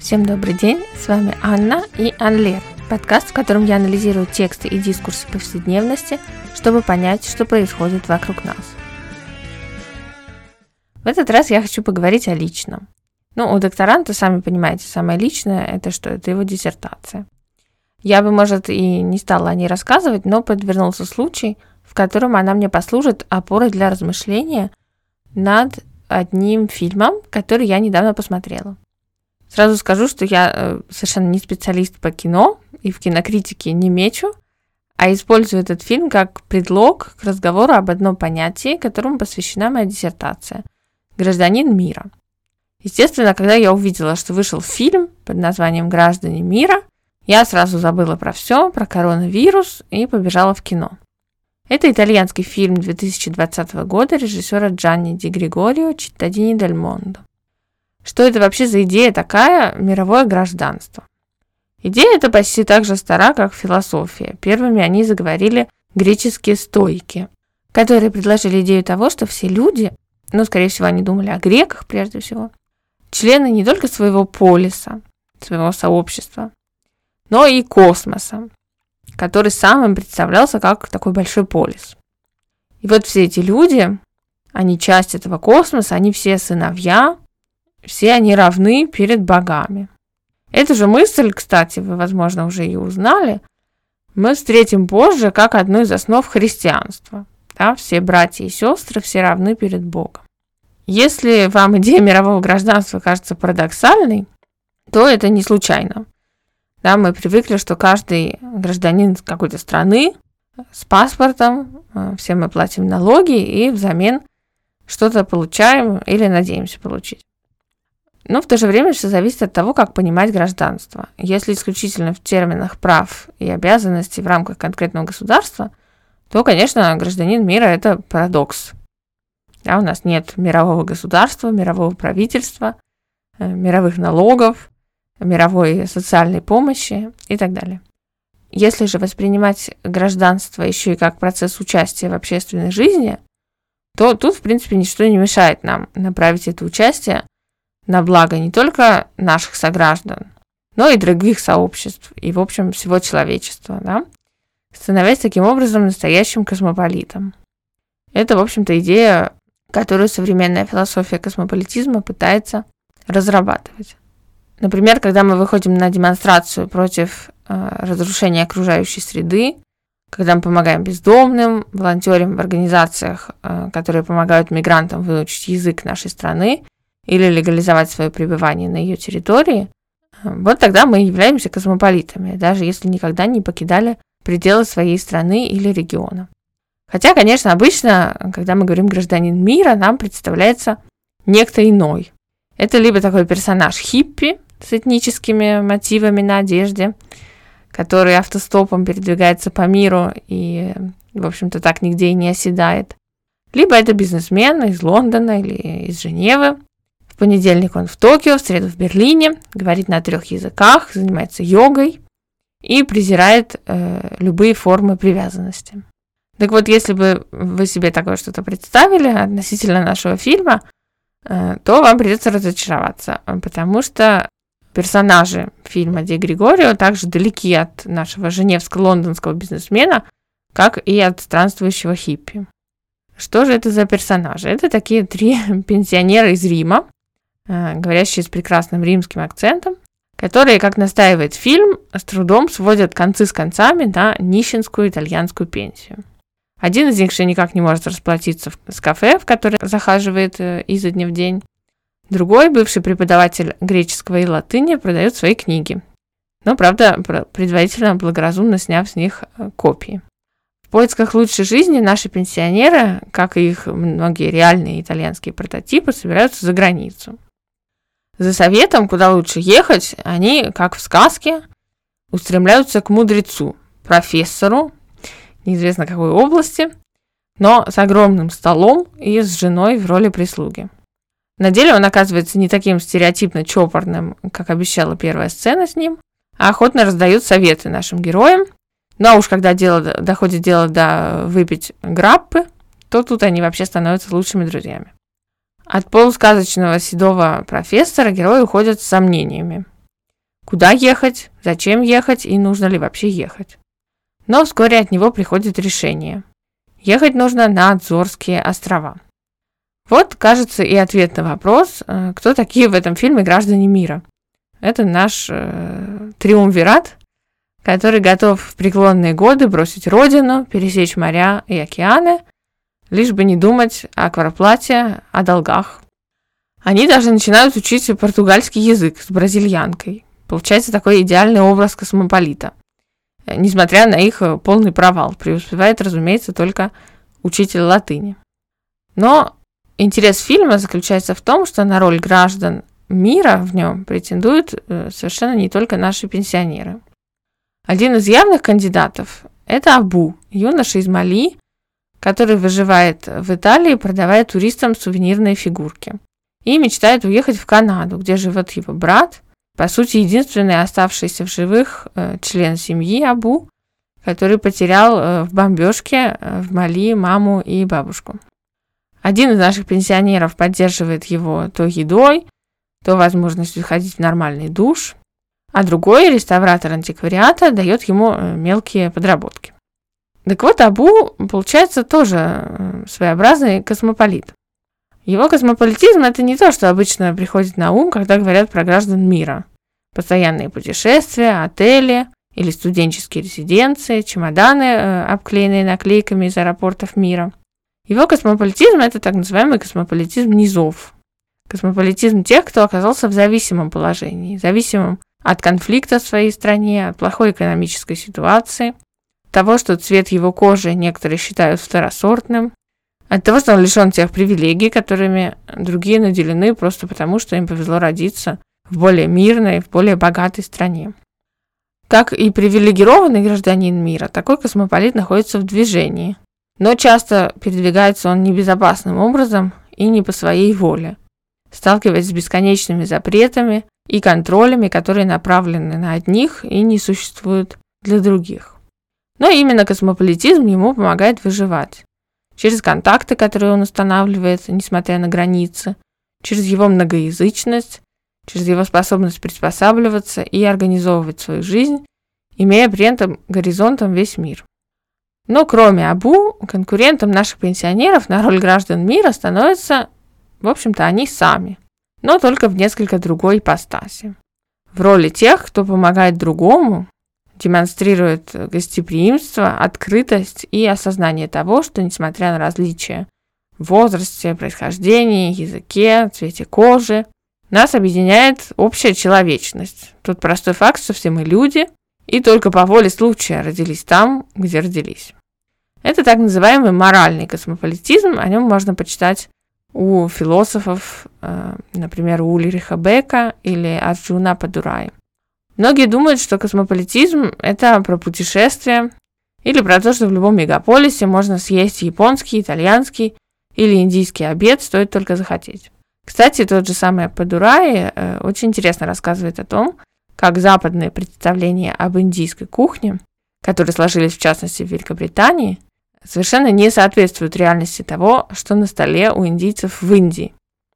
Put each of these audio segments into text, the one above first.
Всем добрый день, с вами Анна и Анлер, подкаст, в котором я анализирую тексты и дискурсы повседневности, чтобы понять, что происходит вокруг нас. В этот раз я хочу поговорить о личном. У докторанта, сами понимаете, самое личное – это что? Это его диссертация. Я бы, может, и не стала о ней рассказывать, но подвернулся случай, в котором она мне послужит опорой для размышления над одним фильмом, который я недавно посмотрела. Сразу скажу, что я совершенно не специалист по кино и в кинокритике не мечу, а использую этот фильм как предлог к разговору об одном понятии, которому посвящена моя диссертация – «Гражданин мира». Естественно, когда я увидела, что вышел фильм под названием «Граждане мира», я сразу забыла про все, про коронавирус и побежала в кино. Это итальянский фильм 2020 года режиссера Джанни Ди Григорио «Cittadini del Mondo». Что это вообще за идея такая мировое гражданство? Идея эта почти так же стара, как философия. Первыми они заговорили греческие стоики, которые предложили идею того, что все люди, скорее всего, они думали о греках прежде всего, члены не только своего полиса, своего сообщества, но и космоса, который сам им представлялся как такой большой полис. И вот все эти люди, они часть этого космоса, они все сыновья, все они равны перед богами. Эту же мысль, кстати, вы, возможно, уже и узнали, мы встретим позже как одну из основ христианства. Да, все братья и сестры, все равны перед Богом. Если вам идея мирового гражданства кажется парадоксальной, то это не случайно. Да, мы привыкли, что каждый гражданин какой-то страны с паспортом, все мы платим налоги и взамен что-то получаем или надеемся получить. Но в то же время все зависит от того, как понимать гражданство. Если исключительно в терминах прав и обязанностей в рамках конкретного государства, то, конечно, гражданин мира – это парадокс. Да, у нас нет мирового государства, мирового правительства, мировых налогов, мировой социальной помощи и так далее. Если же воспринимать гражданство еще и как процесс участия в общественной жизни, то тут, в принципе, ничто не мешает нам направить это участие на благо не только наших сограждан, но и других сообществ и, в общем, всего человечества, да? Становясь таким образом настоящим космополитом. Это, в общем-то, идея, которую современная философия космополитизма пытается разрабатывать. Например, когда мы выходим на демонстрацию против разрушения окружающей среды, когда мы помогаем бездомным, волонтерим в организациях, которые помогают мигрантам выучить язык нашей страны, или легализовать свое пребывание на ее территории, вот тогда мы являемся космополитами, даже если никогда не покидали пределы своей страны или региона. Хотя, конечно, обычно, когда мы говорим «гражданин мира», нам представляется некто иной. Это либо такой персонаж хиппи с этническими мотивами на одежде, который автостопом передвигается по миру и, в общем-то, так нигде и не оседает. Либо это бизнесмен из Лондона или из Женевы. В понедельник он в Токио, в среду в Берлине, говорит на 3 языках, занимается йогой и презирает любые формы привязанности. Так вот, если бы вы себе такое что-то представили относительно нашего фильма, то вам придется разочароваться, потому что персонажи фильма Ди Григорио также далеки от нашего женевско-лондонского бизнесмена, как и от странствующего хиппи. Что же это за персонажи? Это такие 3 пенсионера из Рима, говорящие с прекрасным римским акцентом, которые, как настаивает фильм, с трудом сводят концы с концами на нищенскую итальянскую пенсию. Один из них же никак не может расплатиться с кафе, в которое захаживает изо дня в день. Другой, бывший преподаватель греческого и латыни, продает свои книги. Но, правда, предварительно благоразумно сняв с них копии. В поисках лучшей жизни наши пенсионеры, как и их многие реальные итальянские прототипы, собираются за границу. За советом, куда лучше ехать, они, как в сказке, устремляются к мудрецу, профессору, неизвестно какой области, но с огромным столом и с женой в роли прислуги. На деле он оказывается не таким стереотипно чопорным, как обещала первая сцена с ним, а охотно раздает советы нашим героям. Ну а уж когда доходит дело до выпить граппы, то тут они вообще становятся лучшими друзьями. От полусказочного седого профессора герои уходят с сомнениями. куда ехать, зачем ехать и нужно ли вообще ехать. Но вскоре от него приходит решение. Ехать нужно на Азорские острова. Вот, кажется, и ответ на вопрос, кто такие в этом фильме граждане мира. Это наш триумвират, который готов в преклонные годы бросить родину, пересечь моря и океаны, лишь бы не думать о квартплате, о долгах. Они даже начинают учить португальский язык с бразильянкой. Получается такой идеальный образ космополита. Несмотря на их полный провал, преуспевает, разумеется, только учитель латыни. Но интерес фильма заключается в том, что на роль граждан мира в нем претендуют совершенно не только наши пенсионеры. Один из явных кандидатов – это Абу, юноша из Мали, который выживает в Италии, продавая туристам сувенирные фигурки. И мечтает уехать в Канаду, где живет его брат, по сути, единственный оставшийся в живых член семьи Абу, который потерял в бомбежке в Мали маму и бабушку. Один из наших пенсионеров поддерживает его то едой, то возможностью ходить в нормальный душ, а другой, реставратор антиквариата, дает ему мелкие подработки. Так вот, Абу, получается, тоже своеобразный космополит. Его космополитизм – это не то, что обычно приходит на ум, когда говорят про граждан мира. Постоянные путешествия, отели или студенческие резиденции, чемоданы, обклеенные наклейками из аэропортов мира. Его космополитизм – это так называемый космополитизм низов. Космополитизм тех, кто оказался в зависимом положении, зависимым от конфликта в своей стране, от плохой экономической ситуации, от того, что цвет его кожи некоторые считают второсортным, от того, что он лишен тех привилегий, которыми другие наделены просто потому, что им повезло родиться в более мирной, в более богатой стране. Как и привилегированный гражданин мира, такой космополит находится в движении, но часто передвигается он небезопасным образом и не по своей воле, сталкиваясь с бесконечными запретами и контролями, которые направлены на одних и не существуют для других. Но именно космополитизм ему помогает выживать. Через контакты, которые он устанавливает, несмотря на границы, через его многоязычность, через его способность приспосабливаться и организовывать свою жизнь, имея при этом горизонтом весь мир. Но кроме Абу, конкурентом наших пенсионеров на роль граждан мира становятся, в общем-то, они сами, но только в несколько другой ипостаси. В роли тех, кто помогает другому, демонстрирует гостеприимство, открытость и осознание того, что, несмотря на различия в возрасте, происхождении, языке, цвете кожи, нас объединяет общая человечность. Тот простой факт, что все мы люди, и только по воле случая родились там, где родились. Это так называемый моральный космополитизм, о нем можно почитать у философов, например, у Ульриха Бека или Арджуна Падураи. Многие думают, что космополитизм – это про путешествия или про то, что в любом мегаполисе можно съесть японский, итальянский или индийский обед, стоит только захотеть. Кстати, тот же самый Падураи очень интересно рассказывает о том, как западные представления об индийской кухне, которые сложились в частности в Великобритании, совершенно не соответствуют реальности того, что на столе у индийцев в Индии.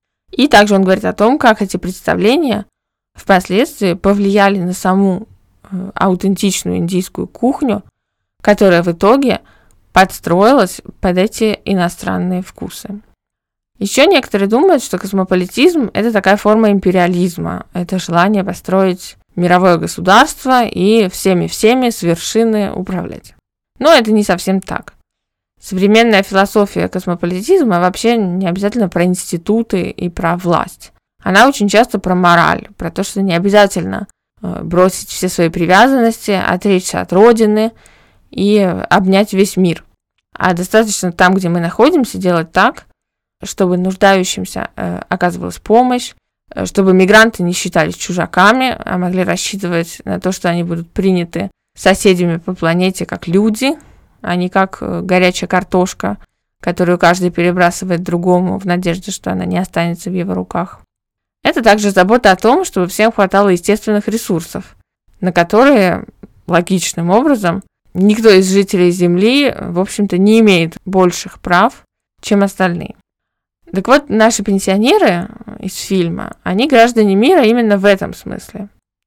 И также он говорит о том, как эти представления впоследствии повлияли на саму аутентичную индийскую кухню, которая в итоге подстроилась под эти иностранные вкусы. Еще некоторые думают, что космополитизм – это такая форма империализма, это желание построить мировое государство и всеми с вершины управлять. Но это не совсем так. Современная философия космополитизма вообще не обязательно про институты и про власть. Она очень часто про мораль, про то, что не обязательно бросить все свои привязанности, отречься от родины и обнять весь мир. А достаточно там, где мы находимся, делать так, чтобы нуждающимся оказывалась помощь, чтобы мигранты не считались чужаками, а могли рассчитывать на то, что они будут приняты соседями по планете как люди, а не как горячая картошка, которую каждый перебрасывает другому в надежде, что она не останется в его руках. Это также забота о том, чтобы всем хватало естественных ресурсов, на которые логичным образом никто из жителей Земли, в общем-то, не имеет больших прав, чем остальные. Так вот, наши пенсионеры из фильма, они граждане мира именно в этом смысле.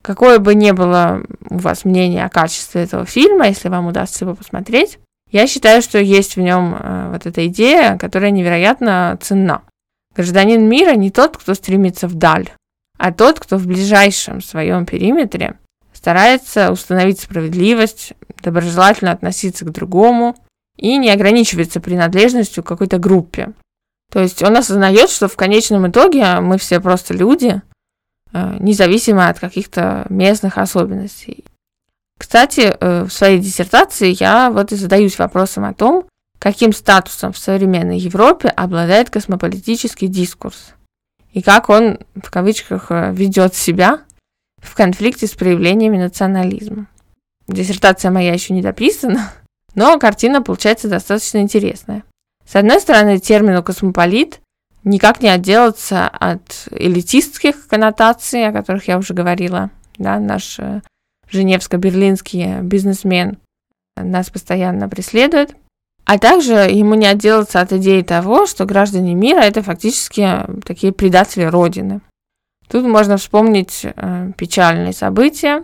какое бы ни было у вас мнение о качестве этого фильма, если вам удастся его посмотреть, я считаю, что есть в нем вот эта идея, которая невероятно ценна. Гражданин мира не тот, кто стремится вдаль, а тот, кто в ближайшем своем периметре старается установить справедливость, доброжелательно относиться к другому и не ограничивается принадлежностью к какой-то группе. То есть он осознает, что в конечном итоге мы все просто люди, независимо от каких-то местных особенностей. Кстати, в своей диссертации я вот и задаюсь вопросом о том, каким статусом в современной Европе обладает космополитический дискурс и как он, в кавычках, ведет себя в конфликте с проявлениями национализма. Диссертация моя еще не дописана, но картина получается достаточно интересная. С одной стороны, термину «космополит» никак не отделаться от элитистских коннотаций, о которых я уже говорила. Да, наш женевско-берлинский бизнесмен нас постоянно преследует. А также ему не отделаться от идеи того, что граждане мира – это фактически такие предатели Родины. Тут можно вспомнить печальные события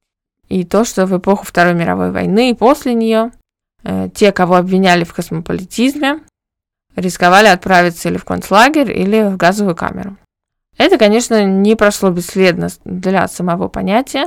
и то, что в эпоху Второй мировой войны и после нее те, кого обвиняли в космополитизме, рисковали отправиться или в концлагерь, или в газовую камеру. Это, конечно, не прошло бесследно для самого понятия,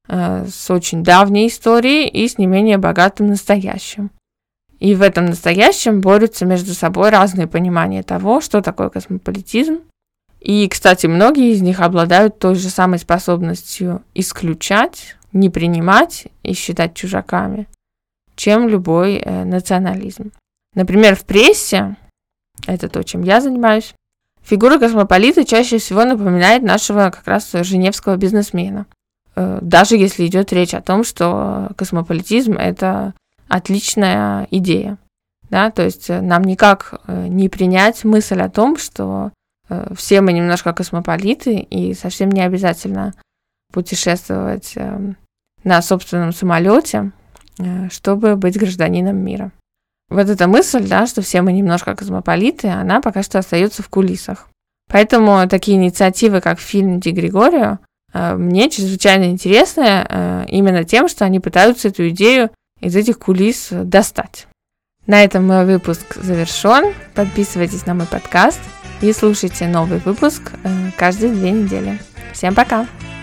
с очень давней историей и с не менее богатым настоящим. И в этом настоящем борются между собой разные понимания того, что такое космополитизм. И, кстати, многие из них обладают той же самой способностью исключать, не принимать и считать чужаками, чем любой национализм. Например, в прессе, это то, чем я занимаюсь, фигура космополита чаще всего напоминает нашего как раз женевского бизнесмена. Даже если идет речь о том, что космополитизм – это отличная идея. Да? То есть нам никак не принять мысль о том, что все мы немножко космополиты, и совсем не обязательно путешествовать на собственном самолете, чтобы быть гражданином мира. Вот эта мысль, да, что все мы немножко космополиты, она пока что остается в кулисах. Поэтому такие инициативы, как фильм «Ди Григорио», мне чрезвычайно интересны именно тем, что они пытаются эту идею из этих кулис достать. На этом мой выпуск завершен. Подписывайтесь на мой подкаст и слушайте новый выпуск каждые 2 недели. Всем пока!